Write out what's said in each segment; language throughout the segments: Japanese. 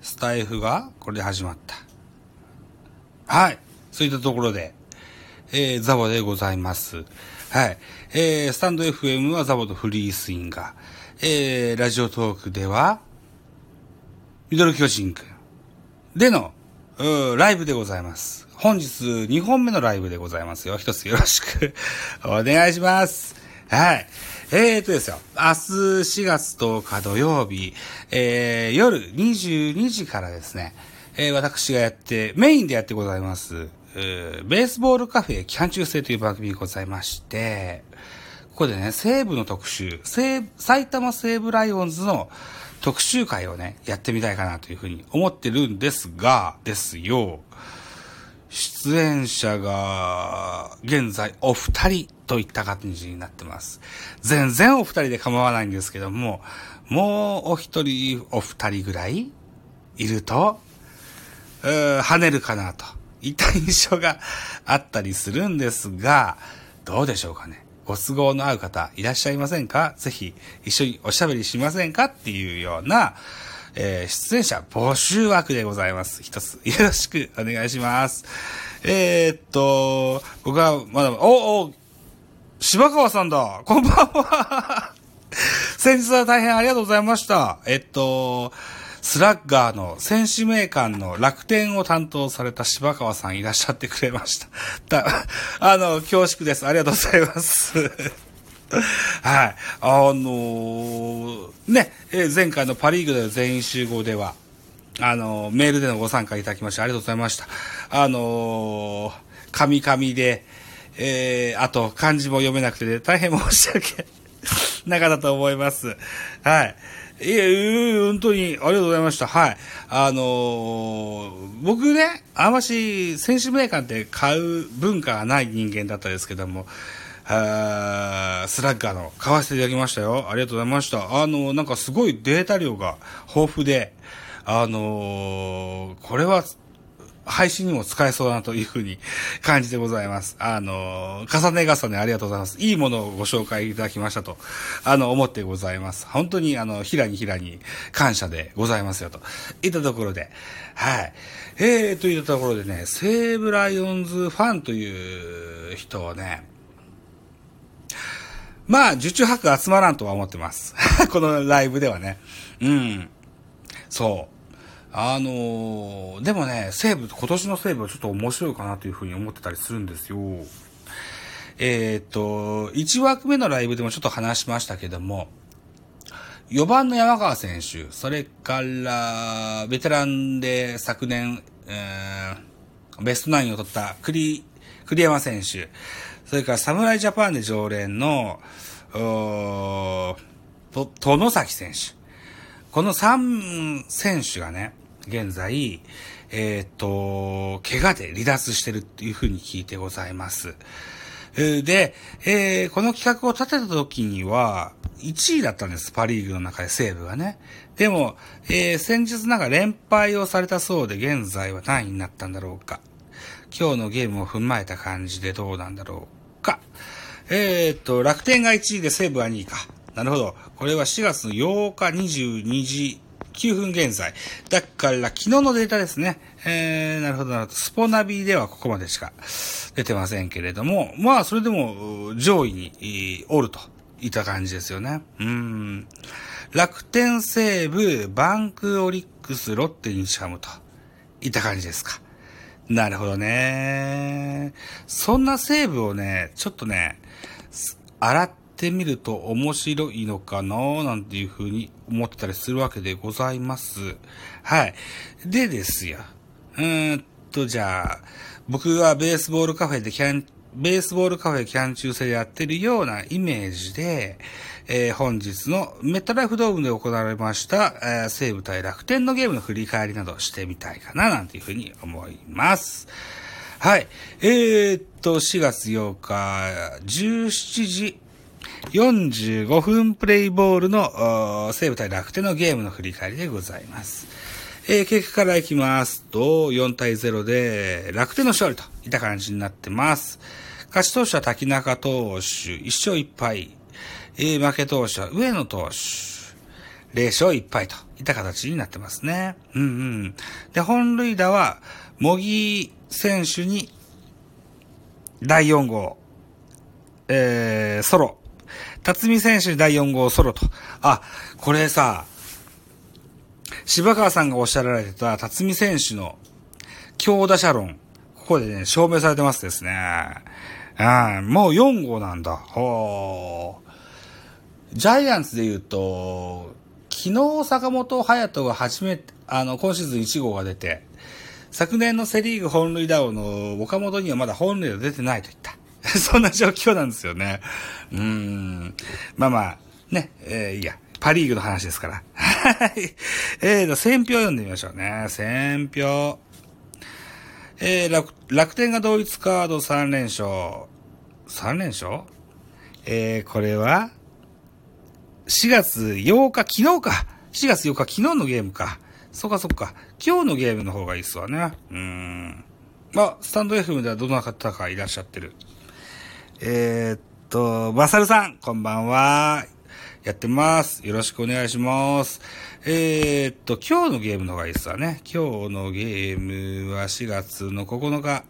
スタイフがこれで始まった。はい。そういったところで、ザボでございます。はい。スタンド FM はザボとフリースインガー。ラジオトークでは、ミドル巨人くんでの、ライブでございます。本日2本目のライブでございますよ。一つよろしくお願いします。はい。ですよ。明日4月10日土曜日、夜22時からですね、私がメインでやってございます、ベースボールカフェキャン中制という番組がございまして、ここでね、西武の特集、埼玉西武ライオンズの特集会をね、やってみたいかなというふうに思ってるんですが、ですよ。出演者が、現在お二人といった感じになってます。全然お二人で構わないんですけども、もうお一人、お二人ぐらいいると、跳ねるかなといった印象があったりするんですが、どうでしょうかね。ご都合の合う方いらっしゃいませんか？ぜひ一緒におしゃべりしませんかっていうような、出演者募集枠でございます。一つよろしくお願いします。僕はまだ、柴川さんだ。こんばんは。先日は大変ありがとうございました。スラッガーの選手名鑑の楽天を担当された柴川さんいらっしゃってくれました。恐縮です。ありがとうございます。はい。前回のパリーグでの全員集合では、メールでのご参加いただきましてありがとうございました。カミカミで、あと漢字も読めなくて、ね、大変申し訳なかったと思います。はい。本当に、ありがとうございました。はい。僕ね、あまし、選手名鑑って買う文化がない人間だったですけども、スラッガーの買わせていただきましたよ。ありがとうございました。なんかすごいデータ量が豊富で、これは、配信にも使えそうだなというふうに感じてございます。重ね重ねありがとうございます。いいものをご紹介いただきましたと、思ってございます。本当に、平に感謝でございますよと。いったところで、はい。といったところでね、西武ライオンズファンという人をね、まあ、受注白集まらんとは思ってます。このライブではね。うん。そう。でもね、今年の西武はちょっと面白いかなというふうに思ってたりするんですよ。1枠目のライブでもちょっと話しましたけども、4番の山川選手、それから、ベテランで昨年、ベストナインを取った栗山選手、それから侍ジャパンで常連の、外崎選手。この3選手がね、現在、怪我で離脱してるっていうふうに聞いてございます。で、この企画を立てた時には、1位だったんです、パリーグの中で西武がね。でも、先日なんか連敗をされたそうで、現在は何位になったんだろうか。今日のゲームを踏まえた感じでどうなんだろうか。楽天が1位で西武が2位か。なるほど。これは4月の8日22時9分現在。だから昨日のデータですね。なるほど。スポナビではここまでしか出てませんけれども、まあそれでも上位におるといった感じですよね。楽天、西武、バンク、オリックス、ロッテ、日ハムといった感じですか。なるほどね。そんな西武をね、ちょっとね、洗ってみると面白いのかななんていうふうに思ってたりするわけでございます。はい。でですよ。じゃあ、僕がベースボールカフェキャン中制でやってるようなイメージで、本日のメットライフドームで行われました、西武対楽天のゲームの振り返りなどしてみたいかななんていうふうに思います。はい。4月8日、17時45分プレイボールの西武対楽天のゲームの振り返りでございます。結果からいきますと、4対0で楽天の勝利といった感じになってます。勝ち投手は滝中投手、1勝1敗。負け投手は上野投手。 0勝1敗といった形になってますね。で、本塁打は、茂木選手に第4号、ソロ。辰巳選手に第4号ソロと。あ、これさ、柴川さんがおっしゃられてた辰巳選手の強打者論。ここでね、証明されてますですね。もう4号なんだ。ジャイアンツで言うと、昨日坂本勇人が初めて、今シーズン1号が出て、昨年のセリーグ本塁打王の岡本にはまだ本塁打出てないといった。そんな状況なんですよね。まあ、ね、いいや、パリーグの話ですから。はい。選票読んでみましょうね。選票。楽天が同一カード3連勝。3連勝？これは、4月8日、昨日か。4月8日、昨日のゲームか。そっか。今日のゲームの方がいいっすわね。スタンド FM ではどなたかいらっしゃってる。マサルさん、こんばんは。やってます。よろしくお願いします。今日のゲームの方がいいっすわね。今日のゲームは4月の9日。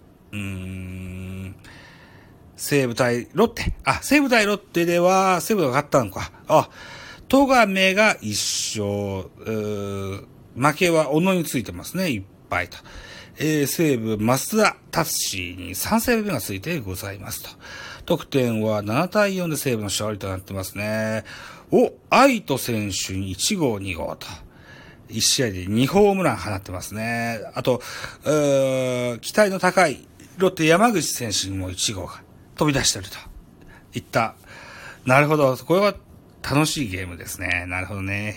西武対ロッテ。西武対ロッテでは、西武が勝ったのか。戸亀が1勝。負けは小野についてますね。1敗と。西武、増田達に3セーブ目がついてございますと。得点は7対4で西武の勝利となってますね。愛斗選手に1号2号と。1試合で2ホームラン放ってますね。あと、期待の高いロッテ山口選手にも1号が飛び出してるといった。なるほど。これは楽しいゲームですね。なるほどね。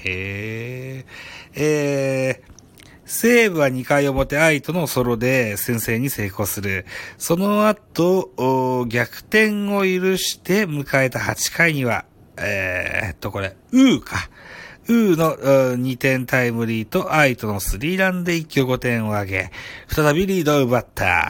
西武は2回表愛斗のソロで先制に成功する。その後、逆転を許して迎えた8回には、これ、ウーの2点タイムリーと愛斗のスリーランで一挙5点を挙げ、再びリードを奪った。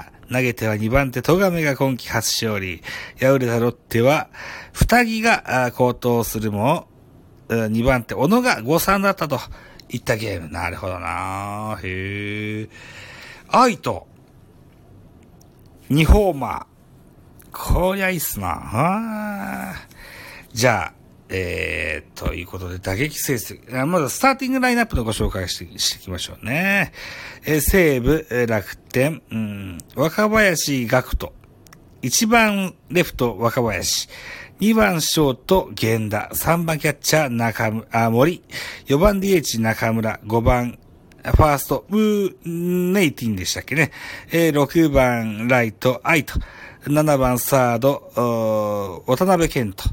投げては2番手戸亀が今季初勝利。敗れたロッテは、二木が好投するも、2番手小野が5-3だったといったゲーム。なるほどなぁ。愛斗、2ホーマー。こりゃいいっすな。じゃあ、ということで打撃成績。まずスターティングラインナップのご紹介していきましょうね。西武、楽天、若林学人。1番レフト若林。2番ショート源田。3番キャッチャー森。4番 DH 中村。5番ファーストネイティンでしたっけね。6番ライト愛斗。7番サード渡辺健人。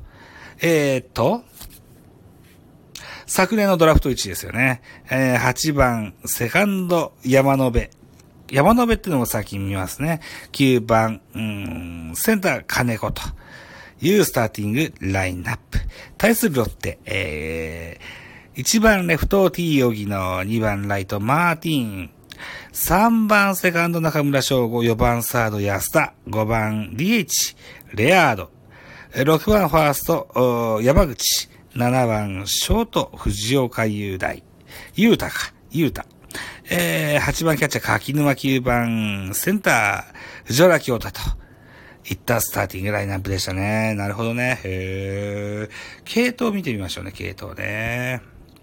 昨年のドラフト1位ですよね。8番セカンド山野辺っていうのも先に見ますね。9番センター金子というスターティングラインナップ。対するロッテ、1番レフト T 荻野、2番ライトマーティン、3番セカンド中村翔吾、4番サード安田、5番 DH レアード、6番ファースト山口、7番ショート藤岡雄太、8番キャッチャー柿沼、9番センター藤原京太といったスターティングラインナップでしたね。なるほどね。系統見てみましょうね。系統ね。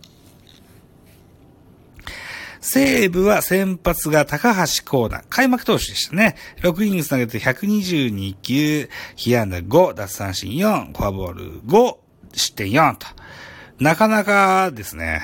西武は先発が高橋光成、開幕投手でしたね。6イニング投げて122球、被安打5、奪三振4、フォアボール5、失点4と。なかなかですね。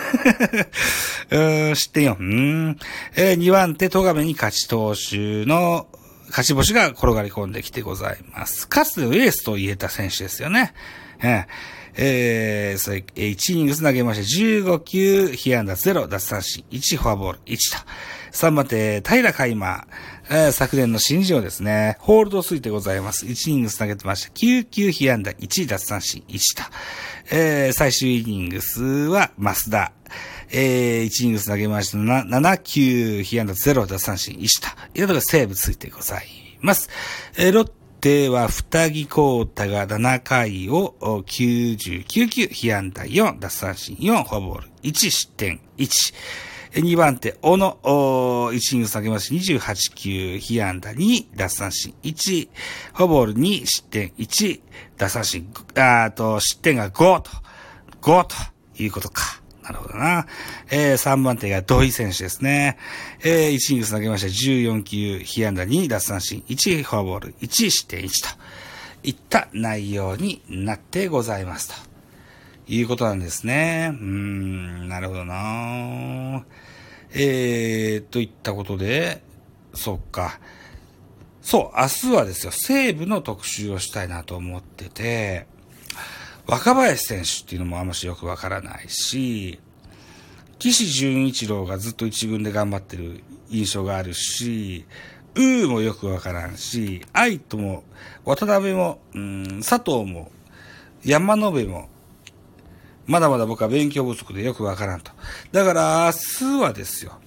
失点4。2番手戸亀に勝ち星が転がり込んできてございます。かつてのエースと言えた選手ですよね。1イニング投げまして15球、被安打0、奪三振1、フォアボール1と。3番手、平海馬、昨年の新人王ですね。ホールドスイートでございます。1イニング投げてまして9球、被安打1、奪三振1と。最終イニングスは増田。1イニング投げまして7球、被安打0、奪三振1と。いうのが西武ついてございます。ロッテは二木光太が7回を99球、被安打4、奪三振4、フォアボール 1失点1。2番手、小野、1イニング下げまして28球、被安打2、奪三振1、フォアボール2、失点1、奪三振、失点が5ということか。なるほどな。3番手が土井選手ですね。1イニング投げました14球、被安打2、奪三振1、フォアボール1、失点1といった内容になってございますということなんですね。なるほどな。といったことで、そっか。そう、明日はですよ、西武の特集をしたいなと思ってて、若林選手っていうのもあんましよくわからないし、岸潤一郎がずっと一軍で頑張ってる印象があるし、もよくわからんし、愛とも、渡辺も、佐藤も、山野辺も、まだまだ僕は勉強不足でよくわからんと。だから明日はですよ、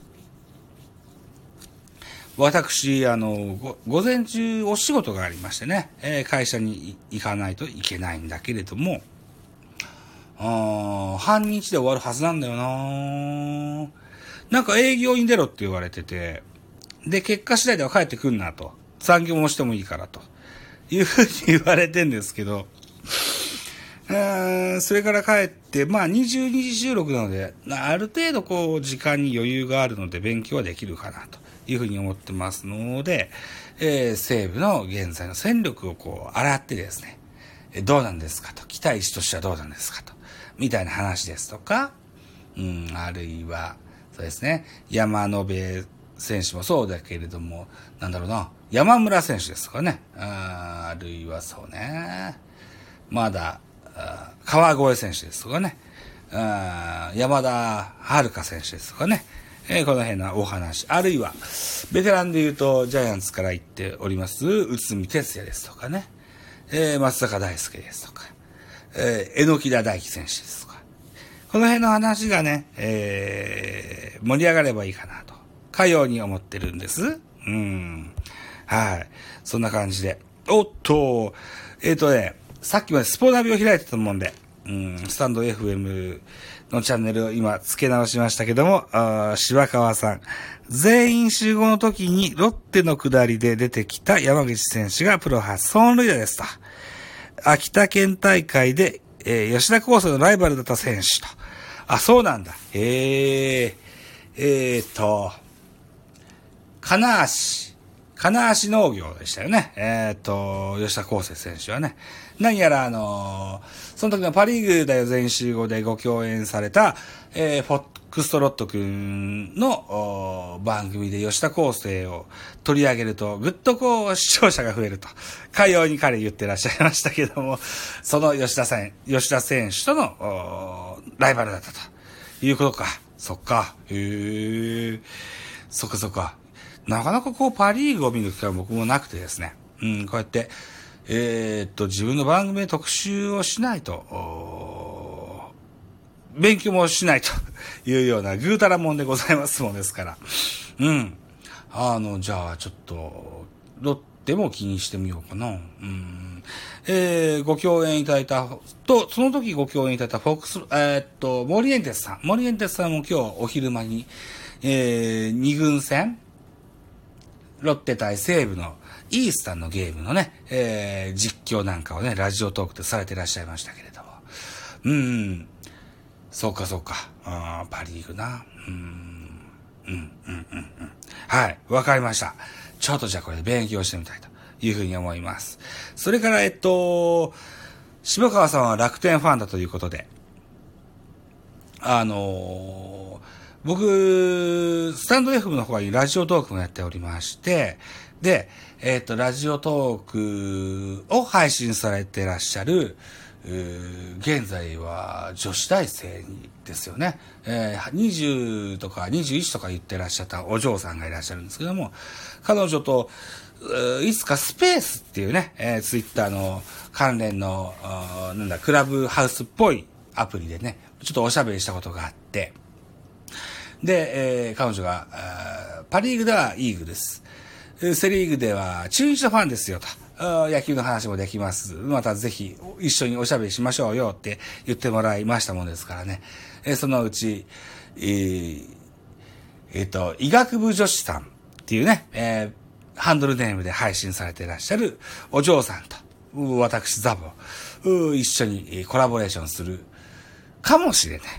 私、午前中お仕事がありましてね、会社に行かないといけないんだけれども、半日で終わるはずなんだよな。なんか営業に出ろって言われてて、で、結果次第では帰ってくんなと。残業もしてもいいからと。いうふうに言われてんですけど、それから帰って、22時収録なので、ある程度時間に余裕があるので勉強はできるかなというふうに思ってますので、西武の現在の戦力を洗ってですね、どうなんですかと、期待値としてはどうなんですかと、みたいな話ですとか、あるいは、そうですね、山野辺選手もそうだけれども、山村選手ですとかね、あるいはそうね、まだ、川越選手ですとかね、山田遥選手ですとかね、この辺のお話、あるいは、ベテランで言うと、ジャイアンツから行っております、内海哲也ですとかね、松坂大輔ですとか、榎田大輝選手ですとか、この辺の話がね、盛り上がればいいかなと、かように思ってるんです。はい。そんな感じで。さっきまでスポナビを開いてたと思うんで、スタンド FM のチャンネルを今付け直しましたけども、柴川さん。全員集合の時にロッテの下りで出てきた山口選手がプロ初本塁打ですと。秋田県大会で、吉田康生のライバルだった選手と。あ、そうなんだ。金足農業でしたよね。吉田康生選手はね。何やらその時のパリーグだよ全員集合でご共演された、フォックストロット君の番組で吉田康生を取り上げると、ぐっと視聴者が増えると、かように彼言ってらっしゃいましたけども、その吉田選手とのライバルだったということか。そっか。そっか。なかなかパリーグを見る機会は僕もなくてですね。こうやって、自分の番組で特集をしないと、勉強もしないというようなぐうたらもんでございますもんですから。じゃあちょっと、ロッテも気にしてみようかな。ご共演いただいた、その時ご共演いただいた森エンテスさんも今日お昼間に、2軍戦ロッテ対西武のイースタンのゲームのね、実況なんかをね、ラジオトークでされていらっしゃいましたけれども。そうか。パリーグな。はい、わかりました。ちょっとじゃあこれで勉強してみたいというふうに思います。それから、柴川さんは楽天ファンだということで、僕、スタンド FM の方にラジオトークもやっておりまして、で、ラジオトークを配信されてらっしゃる、現在は女子大生ですよね。20とか21とか言ってらっしゃったお嬢さんがいらっしゃるんですけども、彼女と、いつかスペースっていうね、ツイッターの関連の、クラブハウスっぽいアプリでね、ちょっとおしゃべりしたことがあって、で、彼女が、パリーグではイーグルス、セリーグでは中日のファンですよと野球の話もできます。またぜひ一緒におしゃべりしましょうよって言ってもらいましたもんですからね。そのうち、医学部女子さんっていうね、ハンドルネームで配信されていらっしゃるお嬢さんと、私ザボ、一緒にコラボレーションするかもしれない。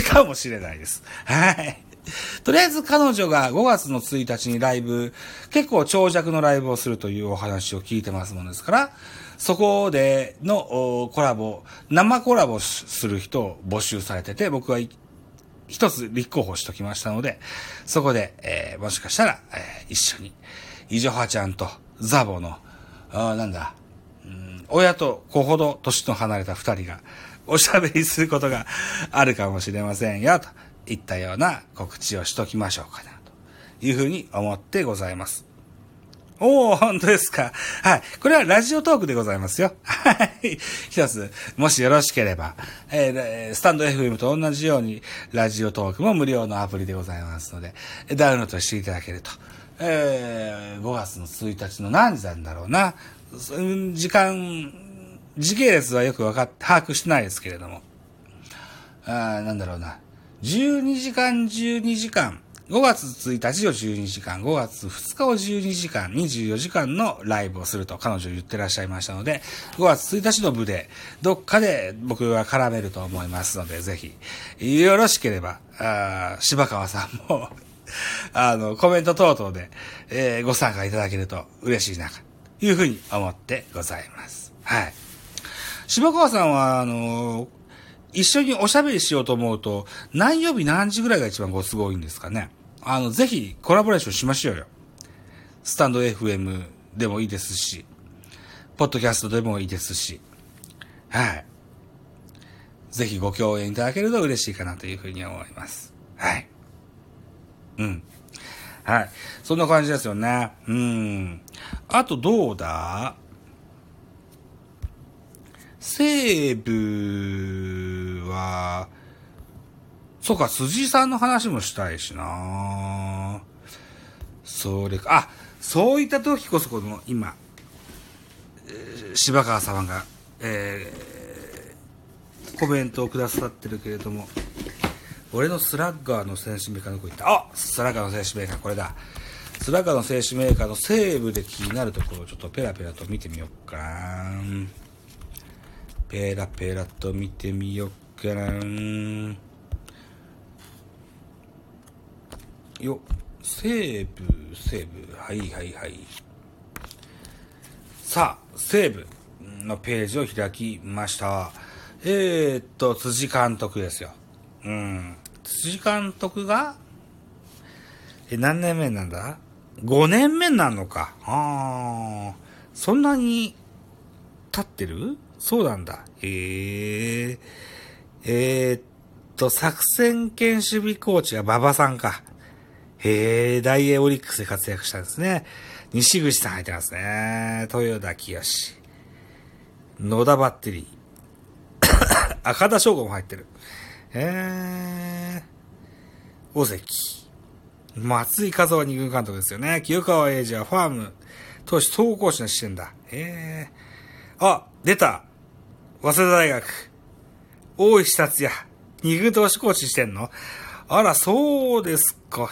かもしれないです。はい。とりあえず彼女が5月の1日にライブ、結構長尺のライブをするというお話を聞いてますもんですから、そこでのコラボ、生コラボする人を募集されてて、僕は一つ立候補しときましたので、そこで、もしかしたら、一緒に、イジョハちゃんとザボの、親と子ほど年の離れた二人がおしゃべりすることがあるかもしれませんよ、といったような告知をしときましょうかな、というふうに思ってございます。おー、本当ですか。はい。これはラジオトークでございますよ。はい。一つ、もしよろしければ、スタンド FM と同じように、ラジオトークも無料のアプリでございますので、ダウンロードしていただけると。5月の1日の何時なんだろうな。時系列はよく把握してないですけれども。なんだろうな。12時間。5月1日を12時間、5月2日を12時間、24時間のライブをすると彼女言ってらっしゃいましたので、5月1日の部でどっかで僕は絡めると思いますので、ぜひ、よろしければ、柴川さんも、コメント等々で、ご参加いただけると嬉しいな、というふうに思ってございます。はい。柴川さんは、一緒におしゃべりしようと思うと、何曜日何時ぐらいが一番ご都合いいんですかね。ぜひコラボレーションしましょうよ。スタンド FM でもいいですし、ポッドキャストでもいいですし、はい。ぜひご共演いただけると嬉しいかなというふうに思います。はい。うん。はい。そんな感じですよね。あとどうだ？西武は、そうか、辻さんの話もしたいしな。それか、そういった時こそこの今、柴川様が、コメントをくださってるけれども、俺のスラッガーの選手メーカーどこ行った？スラッガーの選手メーカー、これだ。スラッガーの選手メーカーの西武で気になるところをちょっとペラペラと見てみようかな。ペラペラと見てみようかな。よ、西武、はい。さあ、西武のページを開きました。辻監督ですよ。辻監督が、何年目なんだ？ 5 年目になるのか。そんなに経ってる？そうなんだ。作戦兼守備コーチは馬場さんか。大英オリックスで活躍したんですね。西口さん入ってますね。豊田清。野田バッテリー。赤田翔吾も入ってる。大関。松井和夫二軍監督ですよね。清川英治はファーム、投手総合コーチの視点だ。出た。早稲田大学。大石達也。二軍投手コーチしてんの？あら、そうですか。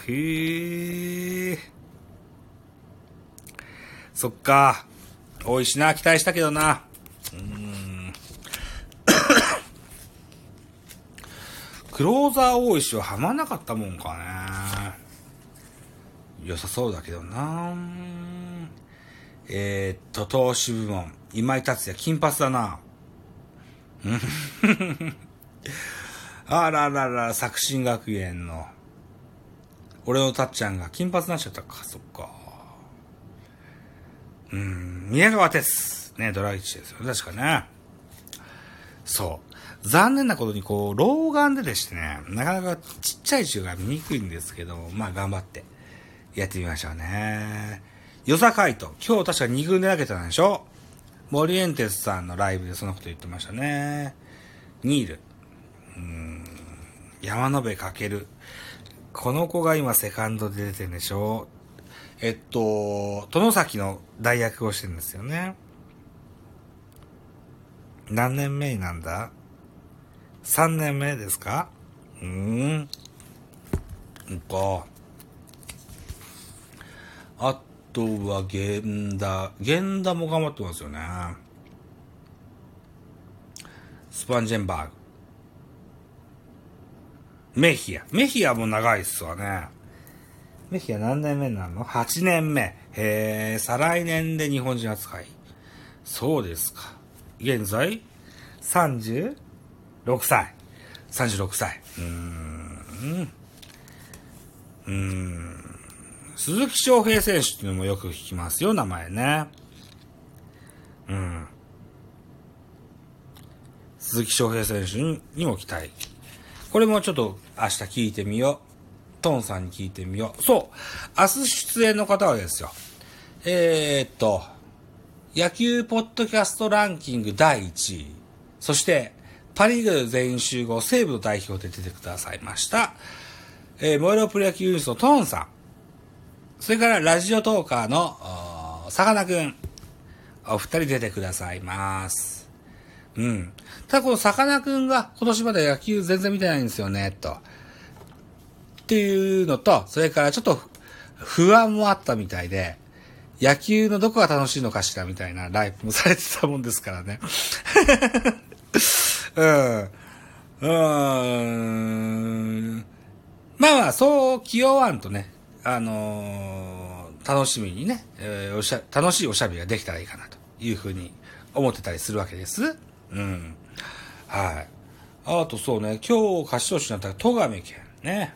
そっか。大石な、期待したけどな。クローザー大石ははまんなかったもんかね。良さそうだけどな。投手部門。今井達也、金髪だな。あららら、作新学園の、俺のたっちゃんが金髪になっちゃったか、そっか。宮川哲。ね、ドラ1ですよね、確かね。そう。残念なことに、老眼ででしてね、なかなかちっちゃい字が見にくいんですけど、まあ頑張ってやってみましょうね。与座海斗。今日確か2軍で投げてたんでしょ？モリエンテスさんのライブでそのこと言ってましたね。ニール。山野辺翔。この子が今セカンドで出てるんでしょ？殿崎の代役をしてるんですよね。 何年目なんだ ?3 年目ですか？あとは源田も頑張ってますよね。スパンジェンバーグ。メヒアも長いっすわね。メヒア何年目になるの？ 8 年目。再来年で日本人扱い。そうですか。現在36歳。36歳。鈴木翔平選手っていうのもよく聞きますよ、名前ね。鈴木翔平選手にも期待。これもちょっと明日聞いてみよう。トンさんに聞いてみよう。そう。明日出演の方はですよ。野球ポッドキャストランキング第1位。そして、パリーグ全員集合西武の代表で出てくださいました。燃えろプロ野球ニュースのトンさん。それからラジオトーカーのさかなクン。お二人出てくださいます。ただこのさかなクンが今年まで野球全然見てないんですよね、と。っていうのと、それからちょっと不安もあったみたいで、野球のどこが楽しいのかしらみたいなライブもされてたもんですからね。まあそう気負わんとね、楽しみにね、楽しいおしゃべりができたらいいかなというふうに思ってたりするわけです。はい。あとそうね、今日勝ち投手になった戸上健ね。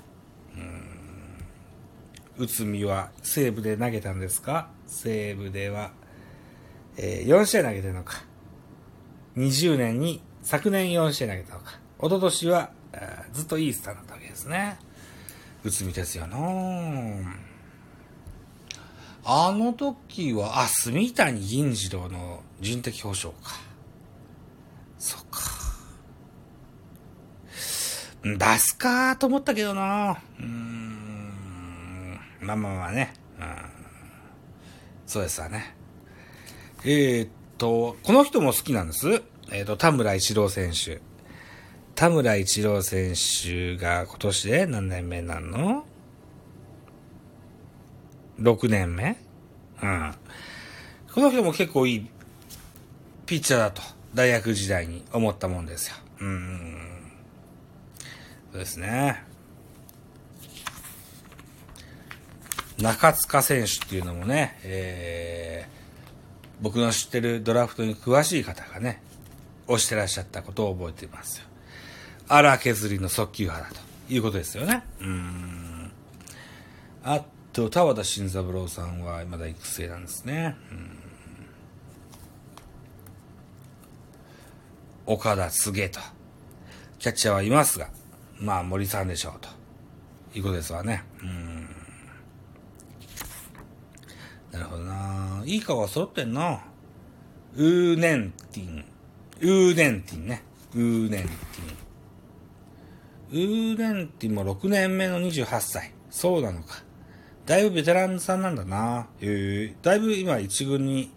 内海は西武で投げたんですか？西武では、4試合投げてるのか。20年に昨年4試合投げたのか。一昨年はずっといいスターだったわけですね。内海ですよの。あの時は、住谷銀次郎の人的保障か。そっか。出すかと思ったけどな。まあね。そうですわね。この人も好きなんです。田村一郎選手。田村一郎選手が今年で何年目なの？ 6 年目？この人も結構いいピッチャーだと大学時代に思ったもんですよ。そうですね。中塚選手っていうのもね、僕の知ってるドラフトに詳しい方がね、推してらっしゃったことを覚えていますよ。荒削りの速球派だということですよね。あと、田和田晋三郎さんはまだ育成なんですね。岡田柘と、キャッチャーはいますが、まあ森さんでしょうということですわね。なるほどな。いい顔が揃ってんな。ウーネンティンね。ウーネンティン。ウーネンティンも6年目の28歳。そうなのか。だいぶベテランさんなんだな。だいぶ今一軍に、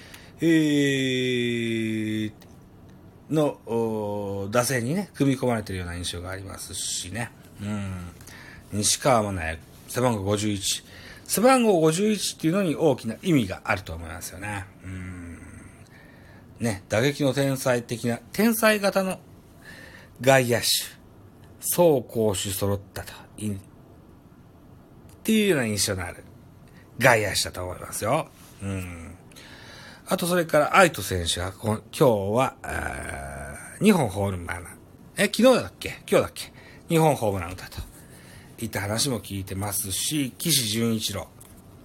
打線にね、組み込まれているような印象がありますしね。西川真也、背番号51。背番号51っていうのに大きな意味があると思いますよね。ね、打撃の天才型の外野手、走攻守揃ったと、っていうような印象のある外野手だと思いますよ。あとそれから愛斗選手が今日は2本ホームラン。昨日だっけ今日だっけ2本ホームラン打ったといった話も聞いてますし、岸潤一郎、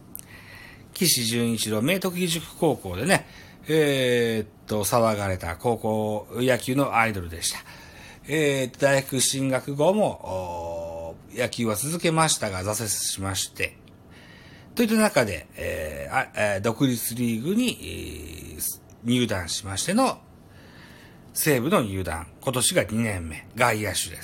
明徳義塾高校でね、騒がれた高校野球のアイドルでした。大学進学後も野球は続けましたが挫折しまして、といった中で、独立リーグに、入団しましての西武の入団、今年が2年目、外野手です。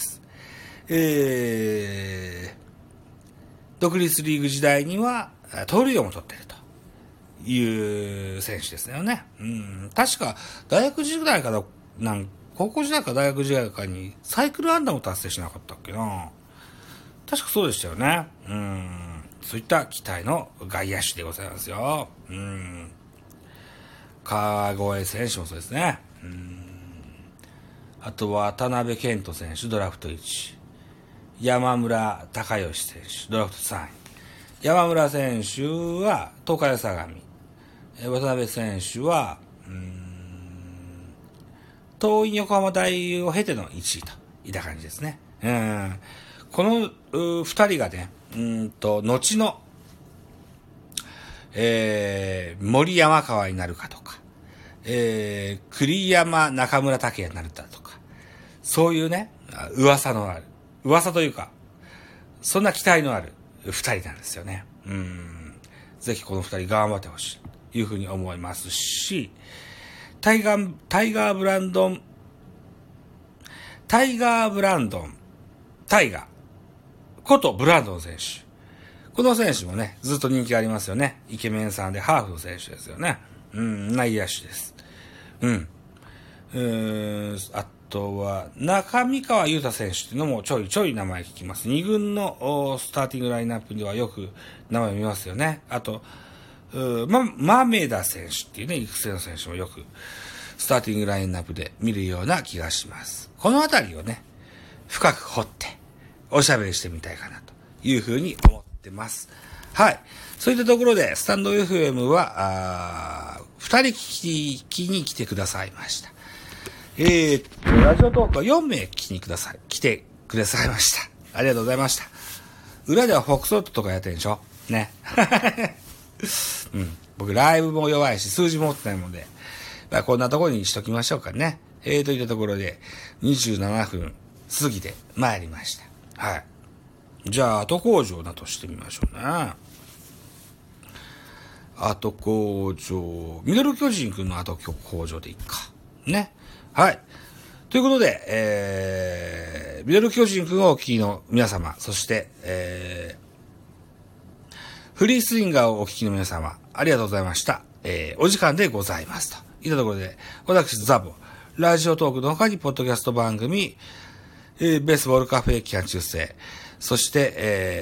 独立リーグ時代には盗塁王も取っているという選手ですよね。確か大学時代から高校時代か大学時代かにサイクル安打も達成しなかったっけな。確かそうでしたよね。そういった期待の外野手でございますよ。川越選手もそうですね。あとは渡辺健人選手、ドラフト1。山村隆義選手、ドラフト3位。山村選手は東海相模。渡辺選手は、桐蔭横浜大を経ての1位といった感じですね。この2人がね、後の、森山川になるかとか、栗山中村拓也になるかとか、そういうね、噂というか、そんな期待のある2人なんですよね。ぜひこの2人頑張ってほしいというふうに思いますし、タイガーブランドン、ことブランドン選手。この選手もね、ずっと人気ありますよね。イケメンさんでハーフの選手ですよね。内野手です。あとは、中見川優太選手っていうのもちょいちょい名前聞きます。2軍のスターティングラインナップではよく名前見ますよね。あと、マメダ選手っていうね、育成の選手もよくスターティングラインナップで見るような気がします。このあたりをね、深く掘っておしゃべりしてみたいかなというふうに思ってます。はい。そういったところで、スタンド FM は、2人聞きに来てくださいました。ラジオトークは4名聞きに来てくださいました。ありがとうございました。裏ではフォックストロットとかやってるんでしょね。僕ライブも弱いし、数字も持ってないもんで、こんなところにしときましょうかね。といったところで、27分過ぎて参りました。はい。じゃあ、後工場なとしてみましょうね。後工場、ミドル巨人くんの後工場でいいか。ね。はい。ということで、ミドル巨人くんをお聞きの皆様、そして、フリースインガーをお聞きの皆様、ありがとうございました。お時間でございますと。いったところで、私、ザボ、ラジオトークの他に、ポッドキャスト番組、ベースボールカフェ期間中世、そして、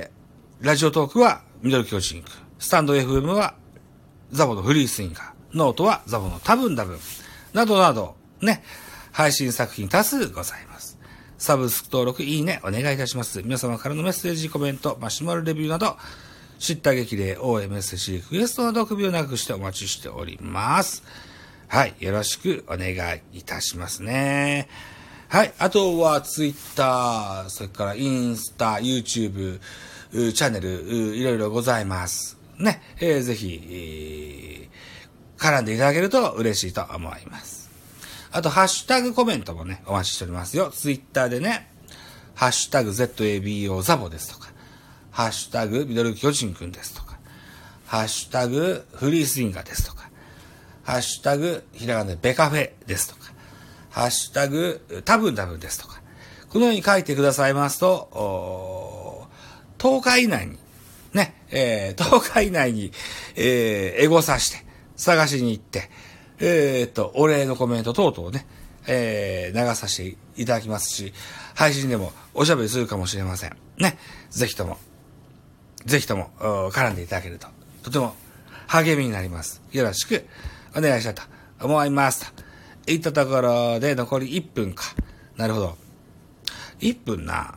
ラジオトークはミドル巨人くん、スタンド FM はザボのフリースインガー、ノートはザボの多分多分、などなど、ね、配信作品多数ございます。サブスク登録、いいね、お願いいたします。皆様からのメッセージ、コメント、マシュマロレビューなど、知った激励、OMSC、リクエストなど首をなくしてお待ちしております。はい、よろしくお願いいたしますね。はい、あとはツイッター、それからインスタ、YouTube、チャンネル、いろいろございます。ね、ぜひ、絡んでいただけると嬉しいと思います。あと、ハッシュタグコメントもね、お待ちしておりますよ。ツイッターでね、ハッシュタグ ZABO ザボですとか、ハッシュタグミドル巨人くんですとか、ハッシュタグフリースインガーですとか、ハッシュタグひらがなでベカフェですとか、ハッシュタグ多分多分ですとか、このように書いてくださいますと、10日以内に、ね、10日以内に、エゴさして、探しに行って、お礼のコメント等々をね、流させていただきますし、配信でもおしゃべりするかもしれません。ね。ぜひとも、絡んでいただけると、とても励みになります。よろしくお願いしたいと思います。といったところで残り1分か。なるほど。1分な。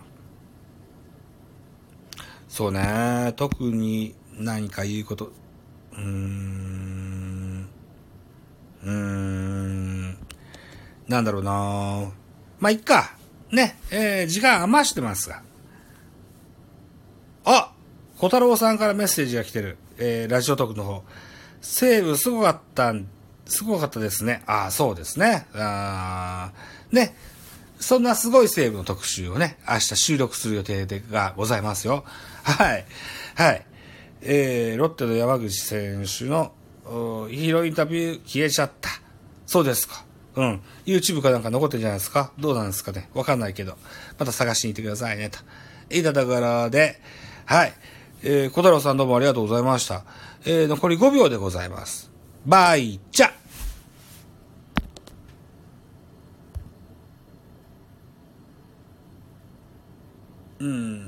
そうね。特に何か言うこと、なんだろうな。まあ、いっか。ね。時間余してますが。あ、小太郎さんからメッセージが来てる。ラジオトークの方。西武すごかったですね。ああ、そうですね。ね。そんなすごい西武の特集をね、明日収録する予定がございますよ。はい。はい。ロッテの山口選手のヒーローインタビュー消えちゃった。そうですか。うん。YouTube かなんか残ってるんじゃないですか。どうなんですかね。わかんないけど。また探しに行ってくださいね。と。いたところで、はい。小太郎さんどうもありがとうございました。残り5秒でございます。バイチャうん。